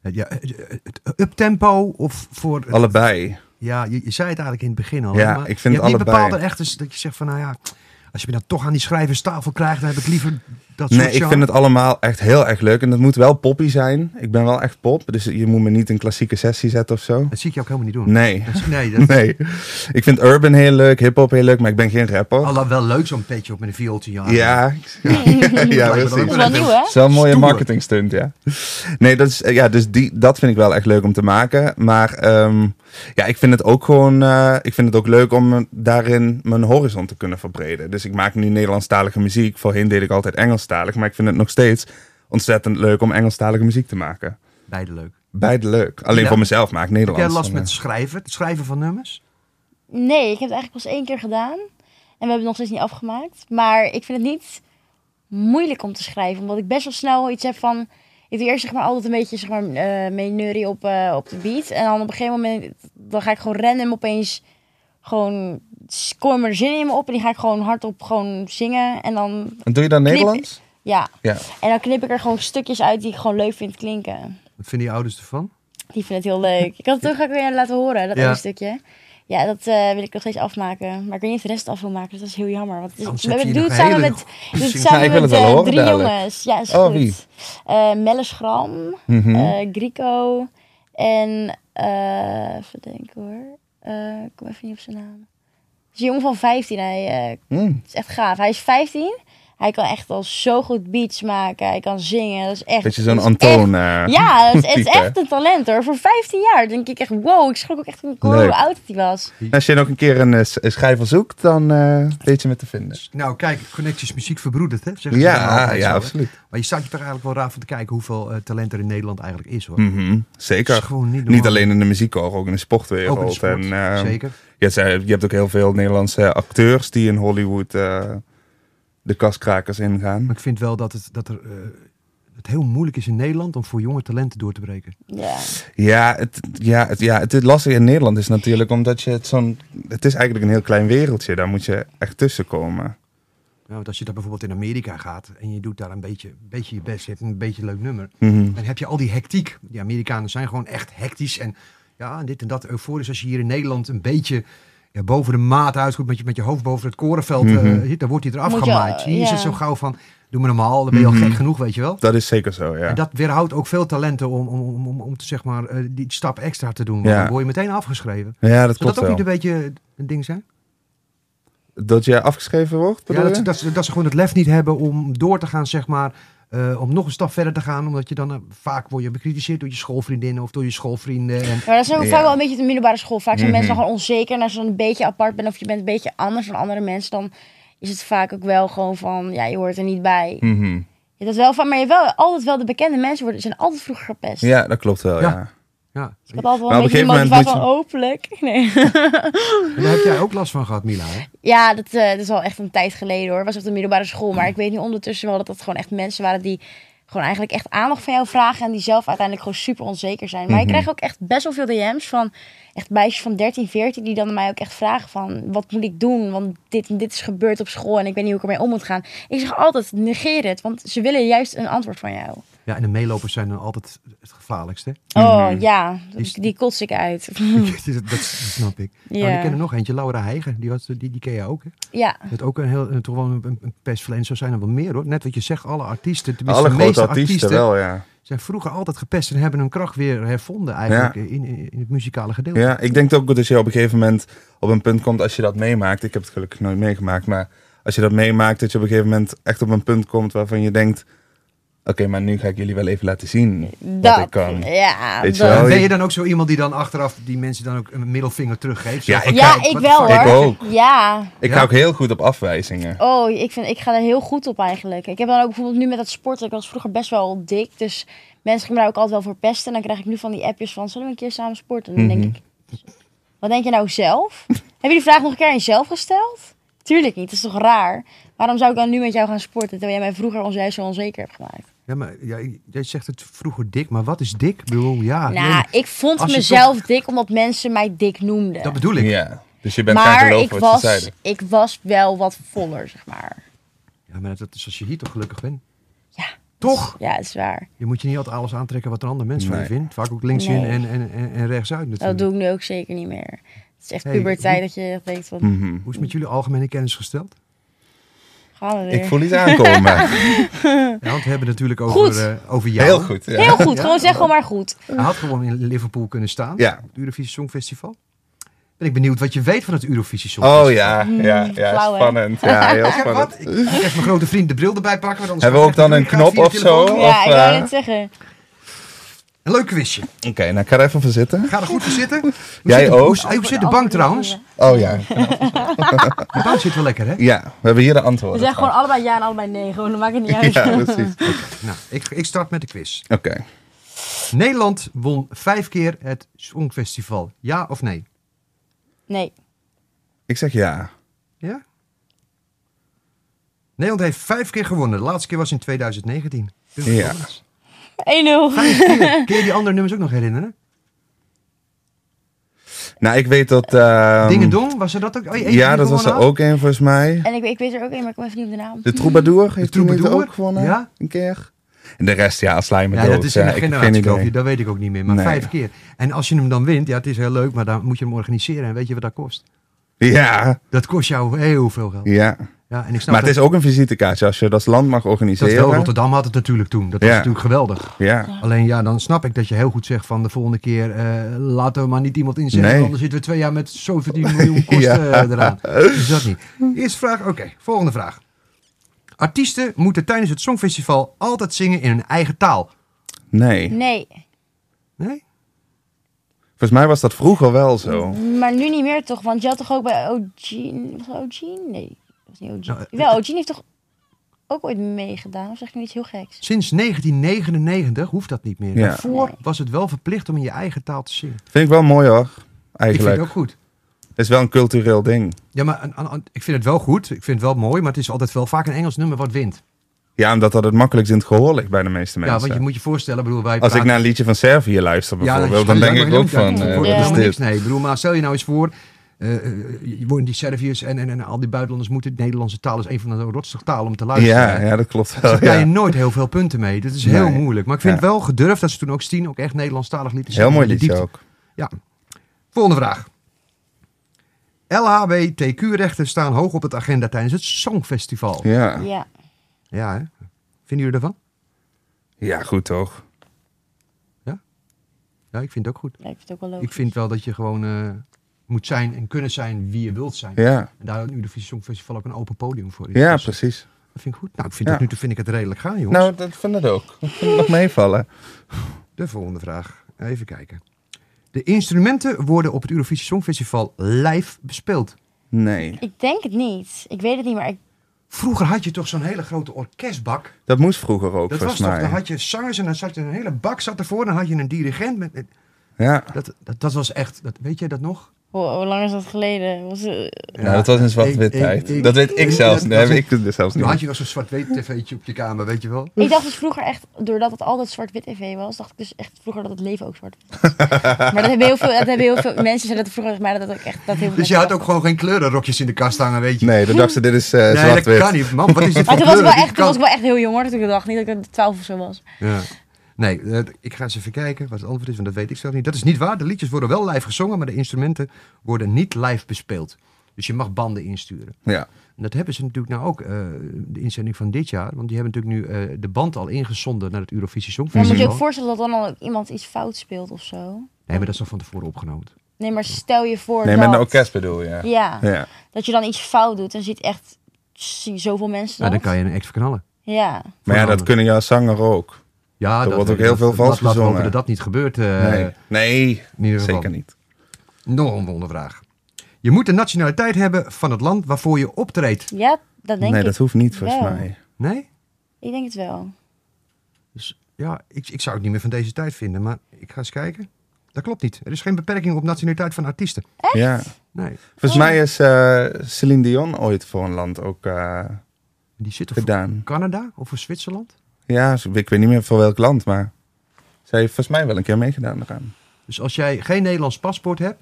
het uptempo of voor... Allebei. Ja, je zei het eigenlijk in het begin al. Ja, maar ik vind je hebt niet allebei. bepaalde echt dat je zegt van, nou ja, als je me dan toch aan die schrijverstafel krijgt, dan heb ik liever dat soort Nee, ik genre. vind het allemaal echt heel erg leuk. En dat moet wel poppy zijn. Ik ben wel echt pop. Dus je moet me niet een klassieke sessie zetten of zo. Dat zie ik je ook helemaal niet doen. Nee. Nee, dat Nee. Ik vind urban heel leuk, hiphop heel leuk, maar ik ben geen rapper. al wel leuk zo'n petje op met een viooltje. Ja, Lijkt me ja, dan precies. Dat is wel nieuw, hè? Zo'n mooie Stoer. marketing stunt, ja. Nee, dat is, ja, dus dat vind ik wel echt leuk om te maken. Maar ja, ik vind het ook gewoon, ik vind het ook leuk om daarin mijn horizon te kunnen verbreden. Dus ik maak nu Nederlandstalige muziek. Voorheen deed ik altijd Engelstalig, maar ik vind het nog steeds ontzettend leuk om Engelstalige muziek te maken. Beide leuk. Beide leuk. Alleen Ja. voor mezelf maak ik Heb Nederlands. jij last dan, met het schrijven van nummers? Nee, ik heb het eigenlijk pas 1 keer gedaan. En we hebben het nog steeds niet afgemaakt. Maar ik vind het niet moeilijk om te schrijven. Omdat ik best wel snel iets heb van... Ik doe eerst zeg maar altijd een beetje zeg maar, mee neurie op de beat. En dan op een gegeven moment... Dan ga ik gewoon random opeens... Gewoon... Kom er zin in me op. En die ga ik gewoon hardop gewoon zingen. En dan... En doe je dan Knip- Nederlands? Ja. Ja. En dan knip ik er gewoon stukjes uit die ik gewoon leuk vind klinken. Wat vinden je ouders ervan? Die vinden het heel leuk. Ik had het ook graag weer laten horen, dat Ja. ene stukje. Ja, dat wil ik nog steeds afmaken. Maar ik weet niet of de rest het af wil maken, dus dat is heel jammer. Want het is, Anders we heb je doen nog het samen hele met, goede doen het zingen. Ja, samen ik wil met het wel horen 3 dadelijk. jongens. Ja, is Oh, goed. wie? Melle Schram, Grico en even denken hoor. Ik kom even niet op zijn naam. Het is een jongen van 15. Hij is echt gaaf. Hij is 15. Hij kan echt al zo goed beats maken. Hij kan zingen. Dat is echt. Beetje zo'n dat is Antoon. echt- ja, het is type. echt een talent hoor. Voor 15 jaar denk ik echt wow. Ik schrok ook echt toen ik hoorde Leuk. hoe oud hij was. Als je nog een keer een schrijver zoekt, dan weet je me te vinden. Nou, kijk, connecties muziek verbroedert, hè? Zeggen ze dan Ja, altijd ja, zo, hè? absoluut. Maar je staat je toch eigenlijk wel raar van te kijken hoeveel talent er in Nederland eigenlijk is, hoor. Mhm, zeker. Het is gewoon niet Niet normaal. alleen in de muziek, hoor, ook in de sportwereld. Ook in de sport, en, zeker. je hebt ook heel veel Nederlandse acteurs die in Hollywood de kaskrakers ingaan. Maar ik vind wel dat het heel moeilijk is in Nederland om voor jonge talenten door te breken. Ja. Het lastige in Nederland is natuurlijk omdat je het is eigenlijk een heel klein wereldje. Daar moet je echt tussen komen. Ja, want als je daar bijvoorbeeld in Amerika gaat en je doet daar een beetje je best, je hebt een beetje een leuk nummer, Mhm. dan heb je al die hectiek. Die Amerikanen zijn gewoon echt hectisch en ja, dit en dat euforisch. Als je hier in Nederland een beetje boven de maat uitkomt met je hoofd boven het korenveld, dan wordt hij eraf Moet je, gemaaid. Hier is ja. het zo gauw van, doe maar normaal, dan ben je al gek genoeg, weet je wel. Dat is zeker zo, ja. En dat weerhoudt ook veel talenten om te, zeg maar, die stap extra te doen. Want Ja. dan word je meteen afgeschreven. Ja, dat Zou klopt dat ook wel. niet een beetje een ding zijn? Dat je afgeschreven wordt, Ja, bedoel je? dat ze gewoon het lef niet hebben om door te gaan, zeg maar. Om nog een stap verder te gaan. Omdat je dan vaak word je bekritiseerd door je schoolvriendinnen of door je schoolvrienden. En, Maar dat is ook Ja. vaak wel een beetje de middelbare school. Vaak zijn Mhm. mensen dan gewoon onzeker. En als je dan een beetje apart bent of je bent een beetje anders dan andere mensen, dan is het vaak ook wel gewoon van, ja, je hoort er niet bij. Mhm. Ja, dat is wel van, maar je hebt wel altijd wel de bekende mensen zijn altijd vroeger gepest. Ja, dat klopt wel, Ja. ja. Ja. Ik had altijd wel Maar een op beetje een de gegeven moment motivatie van moet openlijk. Nee. En daar heb jij ook last van gehad, Mila, hè? Ja, dat is al echt een tijd geleden hoor. Was op de middelbare school. Maar ik weet nu ondertussen wel dat dat gewoon echt mensen waren die gewoon eigenlijk echt aandacht van jou vragen. En die zelf uiteindelijk gewoon super onzeker zijn. Maar ik krijg ook echt best wel veel DM's van echt meisjes van 13, 14. Die dan mij ook echt vragen van, wat moet ik doen? Want dit en dit is gebeurd op school en ik weet niet hoe ik ermee om moet gaan. Ik zeg altijd, negeer het. Want ze willen juist een antwoord van jou. Ja, en de meelopers zijn dan altijd het gevaarlijkste. Oh ja, die kots ik uit. dat snap ik. Ja. Nou, ik ken er nog eentje, Laura Heiger. Die ken je ook, hè? Ja. Dat ook toch wel een pestverlener. Zo zijn er wel meer, hoor. Net wat je zegt, alle artiesten, tenminste Alle de meeste grote artiesten wel, ja. zijn vroeger altijd gepest en hebben hun kracht weer hervonden eigenlijk in het muzikale gedeelte. Ja, ik denk ook dat je op een gegeven moment op een punt komt als je dat meemaakt. Ik heb het gelukkig nooit meegemaakt, maar als je dat meemaakt, dat je op een gegeven moment echt op een punt komt waarvan je denkt, oké, maar nu ga ik jullie wel even laten zien wat ik kan. Ja, Weet je dat. wel? Ben je dan ook zo iemand die dan achteraf die mensen dan ook een middelvinger teruggeeft? Zo Ja, van, ik Ja, kijk, ik wat wel de fuck? hoor. Ik ook. Ja. Ik Ja? ga ook heel goed op afwijzingen. Oh, ik ga er heel goed op eigenlijk. Ik heb dan ook bijvoorbeeld nu met dat sporten. Ik was vroeger best wel dik. Dus mensen gingen me daar ook altijd wel voor pesten. En dan krijg ik nu van die appjes van, zullen we een keer samen sporten? En dan denk ik, wat denk je nou zelf? Heb je die vraag nog een keer aan jezelf gesteld? Tuurlijk niet, dat is toch raar? Waarom zou ik dan nu met jou gaan sporten, terwijl jij mij vroeger ons juist zo onzeker hebt gemaakt? Ja, maar jij zegt het vroeger dik, maar wat is dik? Ik bedoel, ja. Nou, nee, ik vond als je mezelf dik omdat mensen mij dik noemden. dat bedoel ik. Ja, dus je bent gaan Maar geloven wat ze zeiden. ik was wel wat voller, zeg maar. Ja, maar dat is als je hier toch gelukkig bent. Ja. Toch? Ja, dat is waar. Je moet je niet altijd alles aantrekken wat een ander mens van je Nee. vindt. Vaak ook linksin Nee. en rechtsuit natuurlijk. Dat doe ik nu ook zeker niet meer. Het is echt Hey, puberteit dat je denkt van, Mhm. Hoe is het met jullie algemene kennis gesteld? gaan we weer. Ik voel iets aankomen. Ja, want we hebben het natuurlijk Goed. over jou. Heel goed. Ja. Heel goed, Ja? gewoon zeg gewoon maar goed. Hij had gewoon in Liverpool kunnen staan. Ja. Op het Eurovisie Songfestival. Ben ik benieuwd wat je weet van het Eurovisie Songfestival. Oh ja, flauw, hè? spannend. Ja, heel Ja, spannend. wat? Ik ga even mijn grote vriend de bril erbij pakken. Want anders Hebben we gaat ook dan het een echt niet knop of via telefoon. zo? Ja, Of, ik wou net zeggen. Een leuk quizje. Oké, nou ik ga er even voor zitten. Ga er goed voor zitten. Jij zit, ook? Hoe zit de bank trouwens? Oh ja. De bank zit wel lekker, hè? Ja, we hebben hier de We antwoorden. zeggen gewoon allebei ja en allebei nee. Gewoon, dat maakt het niet uit. Ja, precies. Nou, ik start met de quiz. Oké. Nederland won 5 keer het Songfestival. Ja of nee? Nee. Ik zeg ja. Ja? Nederland heeft 5 keer gewonnen. De laatste keer was in 2019. Ja. 1-0. 5 keer. Kun je die andere nummers ook nog herinneren? Nou, ik weet dat... Dingendong, was er dat ook? Oh, eentje ja, die dat was er gewonnen had? ook een volgens mij. En ik weet er ook een, maar ik kom even niet op de naam. De Troubadour heeft toen niet Troubadour? ook gewonnen. Ja. Een keer. En de rest, ja, sla je me Ja, dood. dat is in de ik heb geen generatiekloof. idee. Dat weet ik ook niet meer. Maar Nee. 5 keer. En als je hem dan wint, ja, het is heel leuk, maar dan moet je hem organiseren. En weet je wat dat kost? Ja, Dat kost jou heel veel geld. ja. Ja, en ik snap Maar het is ook een visitekaartje als je dat land mag dat organiseren. wel. Rotterdam had het natuurlijk toen. Dat was Ja. natuurlijk geweldig. Ja. Alleen ja, dan snap ik dat je heel goed zegt van de volgende keer laten we maar niet iemand inzetten. Nee. Anders zitten we 2 jaar met zoveel miljoen kosten Ja. eraan. Dus dat niet. Eerste vraag, oké. Volgende vraag. Artiesten moeten tijdens het Songfestival altijd zingen in hun eigen taal. Nee. Nee. Nee? Volgens mij was dat vroeger wel zo. Maar nu niet meer toch? Want je had toch ook bij Eugene... Was dat Eugene? Nee. Dat was niet Eugene. Nou, Wel, Eugene heeft toch ook ooit meegedaan? Of zeg ik nu iets heel geks? Sinds 1999 hoeft dat niet meer. Ja. Daarvoor was het wel verplicht om in je eigen taal te zingen. Vind ik wel mooi hoor. Ik vind Eigenlijk. het ook goed. Het is wel een cultureel ding. Ja, maar ik vind het wel goed. Ik vind het wel mooi, maar het is altijd wel vaak een Engels nummer wat wint. Ja, omdat dat het makkelijkst in het gehoor ligt bij de meeste mensen. Ja, want je moet je voorstellen, bedoel, wij Als ik praten- naar een liedje van Servië luister bijvoorbeeld, dan denk ik ook van, wat wat Ja. is dit? Nee, ik bedoel, maar stel je nou eens voor, je wordt die Serviërs en al die buitenlanders moeten de Nederlandse taal is een van de rotstige talen om te luisteren. Ja, dat klopt Dus wel. daar krijg je Ja. nooit heel veel punten mee. Dat is Nee. heel moeilijk. Maar ik vind Ja. het wel gedurfd dat ze toen ook Stien ook echt Nederlandstalig lieten Heel zingen. mooi In de liedje diepte. ook. Ja. Volgende vraag. LHBTQ-rechten staan hoog op het agenda tijdens het Songfestival. Ja. Ja. Ja, hè? Vinden jullie ervan? Ja, goed toch? Ja, ik vind het ook goed. Ja, ik vind het ook wel logisch. Ik vind wel dat je gewoon moet zijn en kunnen zijn wie je wilt zijn. Ja, En daar het Eurovisie Songfestival ook een open podium voor is. ja Dus precies. dat vind ik goed. Nou, ik vind Ja. tot nu toe vind ik het redelijk gaan, jongens. Nou, dat vind ik ook. Ik vind het nog meevallen. De volgende vraag. Even kijken. De instrumenten worden op het Eurovisie Songfestival live bespeeld. Nee. Ik denk het niet. Ik weet het niet, maar ik Vroeger had je toch zo'n hele grote orkestbak. Dat moest vroeger ook, Dat was volgens toch, mij. dan had je zangers en dan zat je een hele bak zat ervoor. Dan had je een dirigent. Ja. Dat was echt, weet je dat nog? Hoe lang is dat geleden? Nou, dat was een zwart-wit tijd. Dat weet ik zelfs niet. Nee, ik dus zelfs Nu had niet. je nog zo'n zwart-wit tv'tje op je kamer, weet je wel? Ik dacht dus vroeger echt, doordat het altijd zwart-wit tv was, dacht ik dus echt vroeger dat het leven ook zwart-wit was. Maar dat hebben heel veel mensen zeiden dat vroeger, maar dat ook echt dat heel veel Dus je had mensen ook gewoon geen kleurenrokjes in de kast hangen, weet je? Nee, dan dacht ze, dit is Nee, dat zwart-wit. kan niet. Man, wat is dit Maar voor toen was ik wel kleuren? echt, toen was ik wel echt heel jong hoor, toen ik dacht niet dat ik 12 of zo was. Ja. Nee, ik ga eens even kijken wat het antwoord is, want dat weet ik zelf niet. Dat is niet waar. De liedjes worden wel live gezongen, maar de instrumenten worden niet live bespeeld. Dus je mag banden insturen. Ja. En dat hebben ze natuurlijk nou ook, de inzending van dit jaar. Want die hebben natuurlijk nu de band al ingezonden naar het Eurovisie Dan moet Songfestival. je ook voorstellen dat dan al iemand iets fout speelt of zo. Nee, maar dat is al van tevoren opgenomen. Nee, maar stel je voor Nee, dat... met een orkest bedoel je. Ja, Ja. dat je dan iets fout doet en ziet echt zoveel mensen Nou, dat. dan kan je een act verknallen. Ja. Maar ja, dat kunnen jouw zanger ook. Ja, Er wordt ook heel veel vals laten we hopen gezongen. dat dat niet gebeurt. Nee, in ieder geval. zeker niet. Nog een wondervraag. Je moet de nationaliteit hebben van het land waarvoor je optreedt. Ja, dat denk Nee, ik. dat hoeft niet volgens wel. mij. Nee? Ik denk het wel. Dus ja, ik zou het niet meer van deze tijd vinden, maar ik ga eens kijken. Dat klopt niet. Er is geen beperking op nationaliteit van artiesten. Ja. Nee. Volgens mij is Celine Dion ooit voor een land ook Die zit of gedaan. voor Canada of voor Zwitserland. Ja, ik weet niet meer voor welk land, maar zij heeft volgens mij wel een keer meegedaan eraan. Dus als jij geen Nederlands paspoort hebt,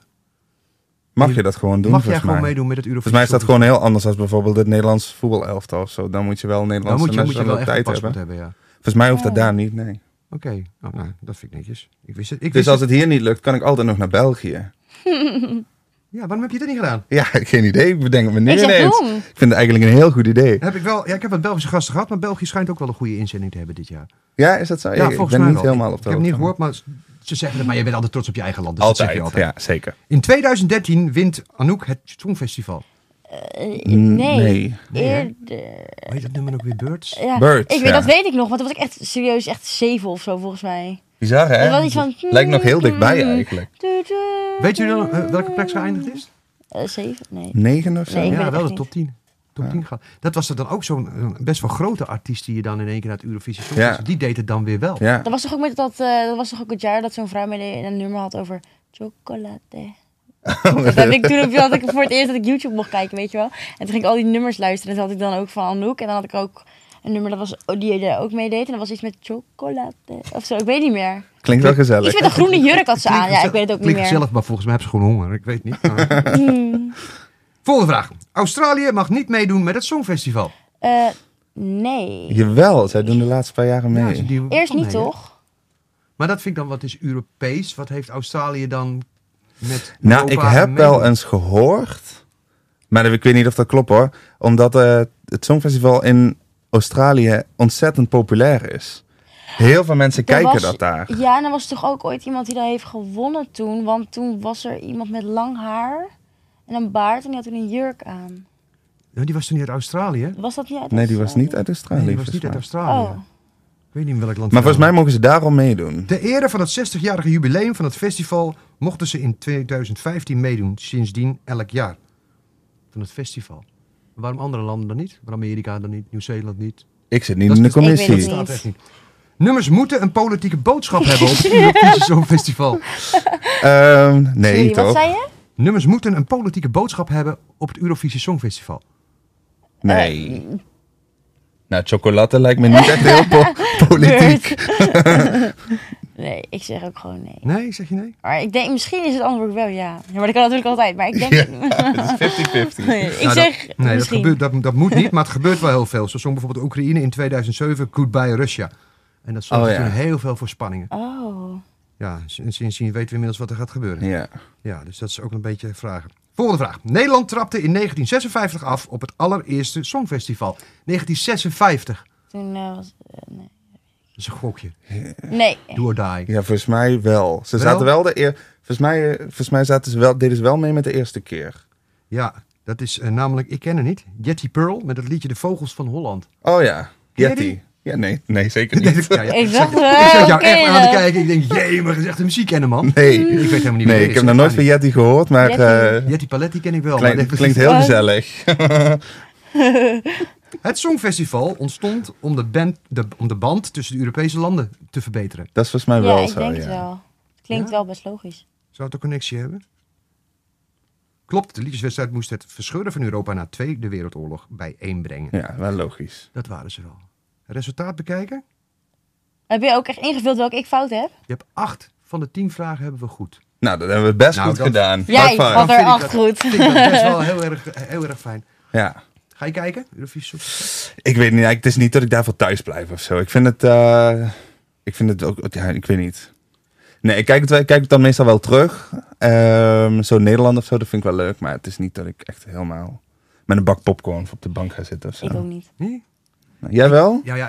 Mag je dat gewoon doen, mag jij volgens gewoon mij. meedoen met het Eurovisie. Volgens mij is dat gewoon heel anders dan bijvoorbeeld het Nederlands voetbalelftal of zo. Dan moet je wel een Dan Nederlandse moet je wel echt een nationaliteit paspoort hebben. hebben, ja. Volgens mij hoeft dat daar niet, nee. Oké, oh, nou, dat vind ik netjes. Ik wist het. Ik Dus wist als het hier niet lukt, kan ik altijd nog naar België. Ja, waarom heb je dat niet gedaan? Ja, geen idee. Ik bedenk het me nu Ik zeg ineens. doen. Ik vind het eigenlijk een heel goed idee. Heb ik wel, ja, ik heb wat Belgische gasten gehad, maar België schijnt ook wel een goede inzending te hebben dit jaar. Ja, is dat zo? Ja, ik volgens ben mij niet wel. helemaal op Ik de heb het niet hoogte. gehoord, maar ze zeggen het, maar je bent altijd trots op je eigen land. Dus dat zeg je Altijd, altijd. ja, zeker. In 2013 wint Anouk het Songfestival. Nee. Nee. Eerder. Hoe heet dat nummer ook weer? Birds? Ja. Birds, ik weet, ja. dat weet ik nog, want toen was ik echt serieus echt 7 of zo volgens mij. Bizar, hè? Het was iets van... Lijkt nog heel dichtbij eigenlijk. Weet jullie dan welke plek ze geëindigd is? 7? Nee. 9 of zo? Nee, ik weet Ja, het wel echt de top 10. Top 10 gehad. Dat was er dan ook zo'n best wel grote artiest die je dan in één keer naar het Eurovisie Songfestival. Ja. Die deed het dan weer wel. Ja. Dat was toch ook met dat was toch ook het jaar dat zo'n vrouw meedeed en een nummer had over chocolade. Dat had ik toen had ik voor het eerst dat ik YouTube mocht kijken, weet je wel. En toen ging ik al die nummers luisteren. En toen had ik dan ook van Anouk. En dan had ik ook een nummer dat was, die er ook meedeed. En dat was iets met chocolade of zo. Ik weet niet meer. Klinkt wel gezellig. Iets met een groene jurk had ze aan. Ja, ik weet het ook niet Klinkt meer. gezellig, maar volgens mij hebben ze gewoon honger. Ik weet niet. Maar... Volgende vraag. Australië mag niet meedoen met het Songfestival. Nee. Jawel, zij doen de laatste paar jaren mee. Ja, ze die- Eerst niet, nee, hè? toch? Maar dat vind ik dan, wat is Europees? Wat heeft Australië dan met Nou, ik Europa heb wel meedoen? eens gehoord, maar ik weet niet of dat klopt hoor, omdat het Songfestival in Australië ontzettend populair is. Heel veel mensen kijken dat daar. Ja, en er was toch ook ooit iemand die daar heeft gewonnen toen. Want toen was er iemand met lang haar en een baard en die had toen een jurk aan. Nou, die was toen niet uit Australië. Was dat niet uit Nee, die was Australië? niet uit Australië. Nee, die was niet uit volgens mij. Australië. Oh. Ik weet niet in welk land. Maar volgens mij mogen ze daarom meedoen. Ter ere van het 60-jarige jubileum van het festival mochten ze in 2015 meedoen. Sindsdien elk jaar. Van het festival. Waarom andere landen dan niet? Waarom Amerika dan niet? Nieuw-Zeeland niet? Ik zit niet Dat in de is- Ik weet commissie. het Dat niet. staat echt niet. Nummers moeten een politieke boodschap hebben op het Eurovisie Songfestival. Nee, Sorry, toch? wat zei je? Nummers moeten een politieke boodschap hebben op het Eurovisie Songfestival. Nee. Nou, chocolade lijkt me niet echt heel politiek. Nee, ik zeg ook gewoon nee. Nee, zeg je nee? Maar ik denk, misschien is het antwoord wel ja. Ja, maar dat kan natuurlijk altijd. Maar ik denk... Het is 50-50. Nee, ik Nou, zeg dat, nee, dat, misschien. gebeurt, dat moet niet, maar het gebeurt wel heel veel. Zo zong bijvoorbeeld Oekraïne in 2007 Goodbye Russia. En dat zorgde Oh, ja. toen heel veel voor spanningen. Oh. Ja, sindsdien weten we inmiddels wat er gaat gebeuren. Ja. Ja, dus dat is ook een beetje vragen. Volgende vraag. Nederland trapte in 1956 af op het allereerste Songfestival. 1956. Toen was... nee. Dat is een gokje. Nee. Do or die. Ja, volgens mij wel. Ze Wel? zaten wel volgens mij zaten ze wel, deden ze wel mee met de eerste keer. Ja, dat is namelijk, ik ken het niet, Jetty Pearl met het liedje De Vogels van Holland. Oh ja, Ken je Yeti. die? Ja, nee, zeker niet. Ja, ja. Ik dacht Ik zat jou oké, echt aan te kijken. Ik denk, jee, maar je zegt een muziek kennen, man. Nee, Ik weet helemaal niet wie nee dit ik is. heb nog nooit van Yeti gehoord, maar Yeti. Jetty Paletti ken ik wel. klinkt, maar dit- klinkt heel Oh. gezellig. Het Songfestival ontstond om de band tussen de Europese landen te verbeteren. Dat is volgens mij Ja, wel ik zo, denk het ja. wel. Het klinkt Ja? wel best logisch. Zou het een connectie hebben? Klopt, de liedjeswedstrijd moest het verscheuren van Europa na Tweede Wereldoorlog bijeenbrengen. Ja, wel logisch. Dat waren ze wel. Resultaat bekijken? Heb je ook echt ingevuld welke ik fout heb? Je hebt 8 van de 10 vragen hebben we goed. Nou, dat hebben we best Nou, goed dat- gedaan. Jij High five. had er vind ik 8 dat- goed. Ik vind dat best wel heel erg fijn. Ja. Ga je kijken? Eurovisie Songfestival? Ik weet niet, het is niet dat ik daarvoor thuis blijf of zo. Ik vind het ook, ja, ik weet niet. Nee, ik kijk het dan meestal wel terug. Zo Nederland of zo, dat vind ik wel leuk. Maar het is niet dat ik echt helemaal met een bak popcorn op de bank ga zitten of zo. Ik ook niet. Nee? Jij wel? Ja,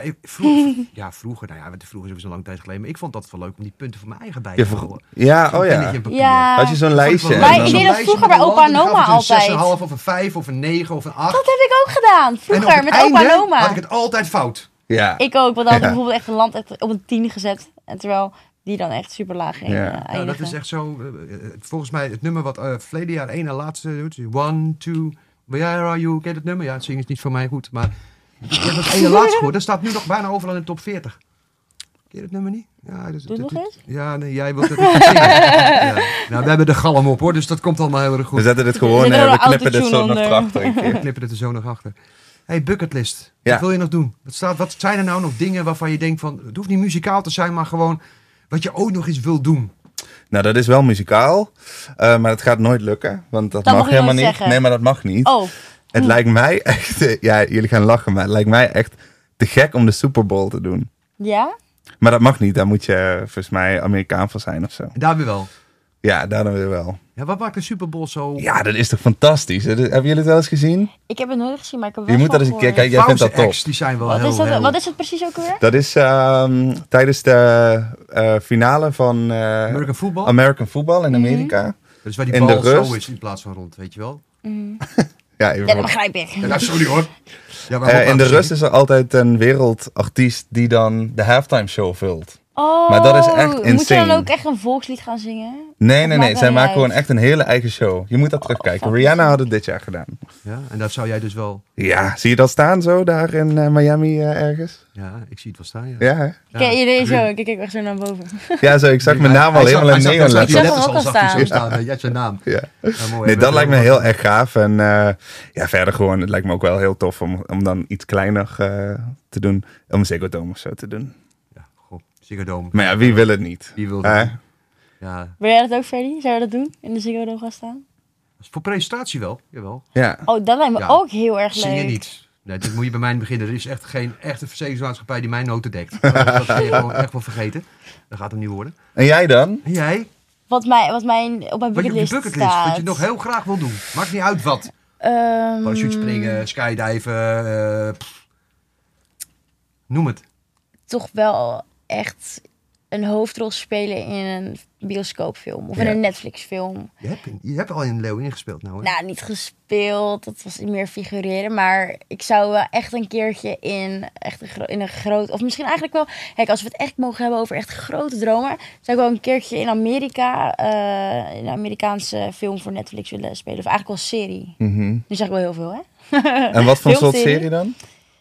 vroeger. Nou ja, vroeger is ook zo'n lang tijd geleden. Maar ik vond dat wel leuk om die punten voor mijn eigen bij te houden. Ja, Zo'n oh pennetje ja. en papier. Ja. Had je zo'n lijstje? Zo'n Maar en dan- ik deed dat lijstje vroeger met bij een opa land en en dan oma gaf het altijd. een 6,5 of een 5 of een 9 of een 8. Dat heb ik ook gedaan. En op Vroeger, het met opa einde en oma. had ik het altijd fout. Ja. Ik ook, want dan had ik Ja. bijvoorbeeld echt een land echt op een 10 gezet. En terwijl die dan echt super laag ging Ja. eindigen. Nou, dat is echt zo. Volgens mij het nummer wat verleden jaar één na laatste doet. 1, 2, where are you? Ken je dat nummer? Ja, het zingen is niet voor mij goed. Maar ik heb dat één na laatste gehoord. Dat staat nu nog bijna overal in de top 40. Ken je dat nummer niet? Ja, Doe nog eens. Ja, nee, jij wilt dat ik ga zingen. Ja. Nou, we hebben de galm op hoor, dus dat komt allemaal heel erg We goed. zetten dit gewoon, Er zit er we een knippen dit zo autotune nog onder. erachter een We keer. knippen het er zo nog achter. Hey, bucketlist. Ja. Wat wil je nog doen? Wat zijn er nou nog dingen waarvan je denkt van... Het hoeft niet muzikaal te zijn, maar gewoon... Wat je ook nog eens wil doen. Nou, dat is wel muzikaal, maar dat gaat nooit lukken, want dat Dat mag mag je helemaal nooit niet. zeggen. Nee, maar dat mag niet. Oh, Het lijkt mij echt, ja, jullie gaan lachen, maar het lijkt mij echt te gek om de Super Bowl te doen. ja? Maar dat mag niet, daar moet je volgens mij Amerikaan voor zijn of zo. Daar weer wel. Ja, daar dan weer wel. Ja, wat maakt de Super Bowl zo... Ja, dat is toch fantastisch? Hebben jullie het wel eens gezien? Ik heb het nooit gezien, maar ik heb wel Je moet dat eens een keer kijken, jij vindt dat top. Acts, die zijn wel Wat heel... is, dat, heel- wat is het precies ook weer? Dat is tijdens de finale van American Football? American Football in Amerika. Dat is waar die in bal de rust. zo is in plaats van rond, weet je wel? Ja, even Ja, dat voor- begrijp ik. Ja, sorry hoor. Ja, maar in de rust is er altijd een wereldartiest die dan de halftime show vult. Oh, Maar dat is echt moet je insane. dan ook echt een volkslied gaan zingen? Nee, maakt wel zij niet maken uit. gewoon echt een hele eigen show. Je moet dat terugkijken. fuck. Rihanna had het dit jaar gedaan. Ja, en dat zou jij dus wel... Ja, zie je dat staan zo daar in Miami ergens? Ja, ik zie het wel staan, ja. Ja, hè? Kijk, jullie zo, Green. ik kijk echt zo naar boven. Ja, zo, ik zag mijn naam al helemaal in neon Ik laten. zag net hem ook al zag hij zo staan. staan. Ja, zijn naam. Ja. Ja, mooi. Nee, hè? dat lijkt me heel erg gaaf. En ja, verder gewoon, het lijkt me ook wel heel tof om dan iets kleiner te doen. Om een Ziggo Dome of zo te doen. Ja, goh, Ziggo Dome. Maar ja, wie wil het niet? Wie wil Hè? dat? Ja, Wil jij dat ook, Freddy? Zou je dat doen? In de Ziggo Dome gaan staan? voor presentatie wel. Jawel. Ja. Oh, dat lijkt me Ja. ook heel erg leuk. Zingen niet. Nee, dit moet je bij mij beginnen. Er is echt geen echte verzekeringsmaatschappij die mijn noten dekt. Dat kun je gewoon echt wel vergeten. Dat gaat hem niet worden. En jij dan? En jij? Wat mijn, op mijn Wat je op je bucketlist bucketlist, staat. wat je nog heel graag wil doen. Maakt niet uit wat. Parachute springen, skydiven. Noem het. Toch wel echt een hoofdrol spelen in een bioscoopfilm. Of in Ja. een Netflixfilm. Je hebt al in Leeuwen ingespeeld nou, hè? Nou, niet gespeeld. Dat was meer figureren. Maar ik zou wel echt een keertje in een groot... Of misschien eigenlijk wel... Kijk, als we het echt mogen hebben over echt grote dromen... zou ik wel een keertje in Amerika... een Amerikaanse film voor Netflix willen spelen. Of eigenlijk wel serie. Mhm. Nu zeg ik wel heel veel, hè? En wat voor soort Filmserie? serie dan?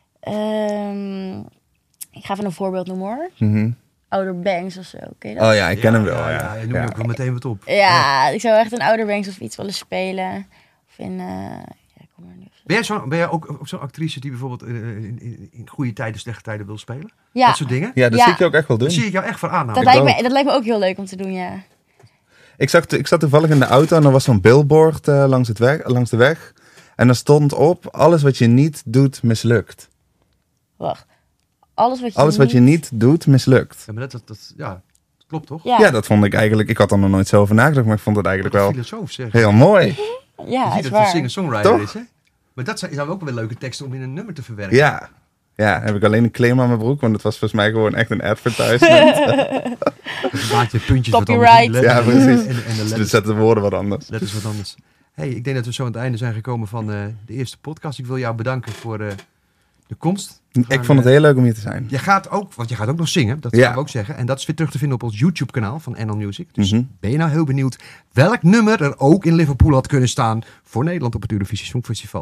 Ik ga even een voorbeeld noemen, hoor. Mhm. Outer Banks of zo. Ken je dat? Oh ja, ik ken hem wel. Ja, Ja, je noemt ook wel meteen wat op. Ja, ik zou echt een Outer Banks of iets willen spelen. Of in... ja, kom maar nu. Ben jij ook zo'n actrice die bijvoorbeeld in goede tijden, slechte tijden wil spelen? Ja, Dat soort dingen? Ja, dat Ja. zie ik je ook echt wel doen. Daar zie ik jou echt voor aan. dat namelijk. lijkt me ook heel leuk om te doen, ja. Ik zat toevallig in de auto en er was zo'n billboard langs de weg. En daar stond op, alles wat je niet doet, mislukt. Wacht. Alles Alles wat je niet doet, mislukt. Ja, maar dat klopt toch? Ja, Ja, dat vond ik eigenlijk, ik had er nog nooit zo over nagedacht, maar ik vond het eigenlijk wel Filosoof zeg. heel mooi. je ja, ziet is dat het een waar. singer-songwriter Toch? is, hè? Maar dat zijn ook wel leuke teksten om in een nummer te verwerken. Ja. Ja, heb ik alleen een claim aan mijn broek, want het was volgens mij gewoon echt een advertisement. Dus dan maak je puntjes Copyright. wat anders. Ja, precies. En de Dus letters, zetten de woorden wat anders. letters wat anders. Hey, ik denk dat we zo aan het einde zijn gekomen van de eerste podcast. Ik wil jou bedanken voor de komst. Ik vond het heel leuk om hier te zijn. Je gaat ook nog zingen, dat Ja. gaan we ook zeggen. En dat is weer terug te vinden op ons YouTube-kanaal van NL Music. Dus Mhm. ben je nou heel benieuwd welk nummer er ook in Liverpool had kunnen staan voor Nederland op het Eurovisie Songfestival?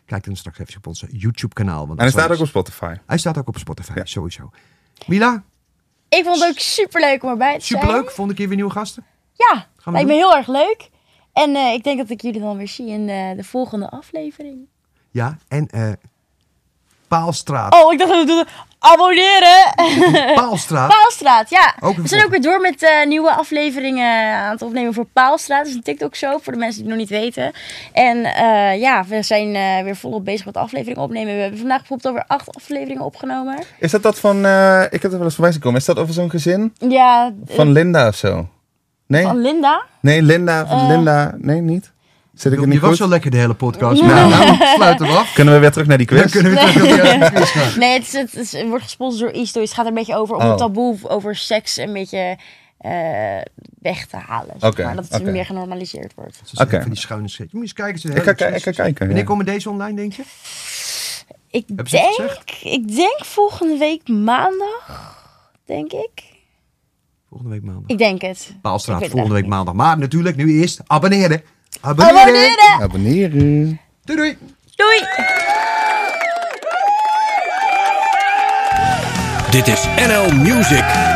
Kijk dan straks even op onze YouTube-kanaal. En hij staat ook op Spotify. Hij staat ook op Spotify, sowieso. Mila, Ik vond het ook superleuk om erbij te zijn. superleuk. Volgende keer weer nieuwe gasten. Ja, we lijkt me doen. heel erg leuk. En ik denk dat ik jullie dan weer zie in de volgende aflevering. Ja, en Paalstraat. Oh, ik dacht dat we doen abonneren. Paalstraat. Paalstraat, ja. Ook een We zijn ook weer door met nieuwe afleveringen aan het opnemen voor Paalstraat. Dat is een TikTok-show voor de mensen die het nog niet weten. En we zijn weer volop bezig met afleveringen opnemen. We hebben vandaag bijvoorbeeld alweer 8 afleveringen opgenomen. Is dat van... ik heb er wel eens voorbij gekomen. Is dat over zo'n gezin? Ja, Van Linda of zo? Nee? van Linda. Nee, Linda. Van Linda. Nee, niet? Zit ik er Je niet was goed? zo lekker de hele podcast. Maar nou, sluiten we af. Kunnen we weer terug naar die Dan quiz? kunnen we weer terug naar de quiz gaan. Nee, het wordt gesponsord door eStory. Het gaat er een beetje over om het taboe over seks een beetje weg te halen. Zeg Oké, maar. Dat het oké. meer genormaliseerd wordt. Oké. Van die schuine schrik. Moet je eens kijken. Ik ga kijken. Wanneer Ja. komen deze online, denk je? Ik Hebben ze het gezegd? denk volgende week maandag, denk ik. Volgende week maandag. Ik denk het. Ik Paalstraat, weet het volgende week eigenlijk maandag. Maar natuurlijk, nu eerst abonneren. Abonneren! Abonneren. Doei doei! Doei! Dit is NL Music.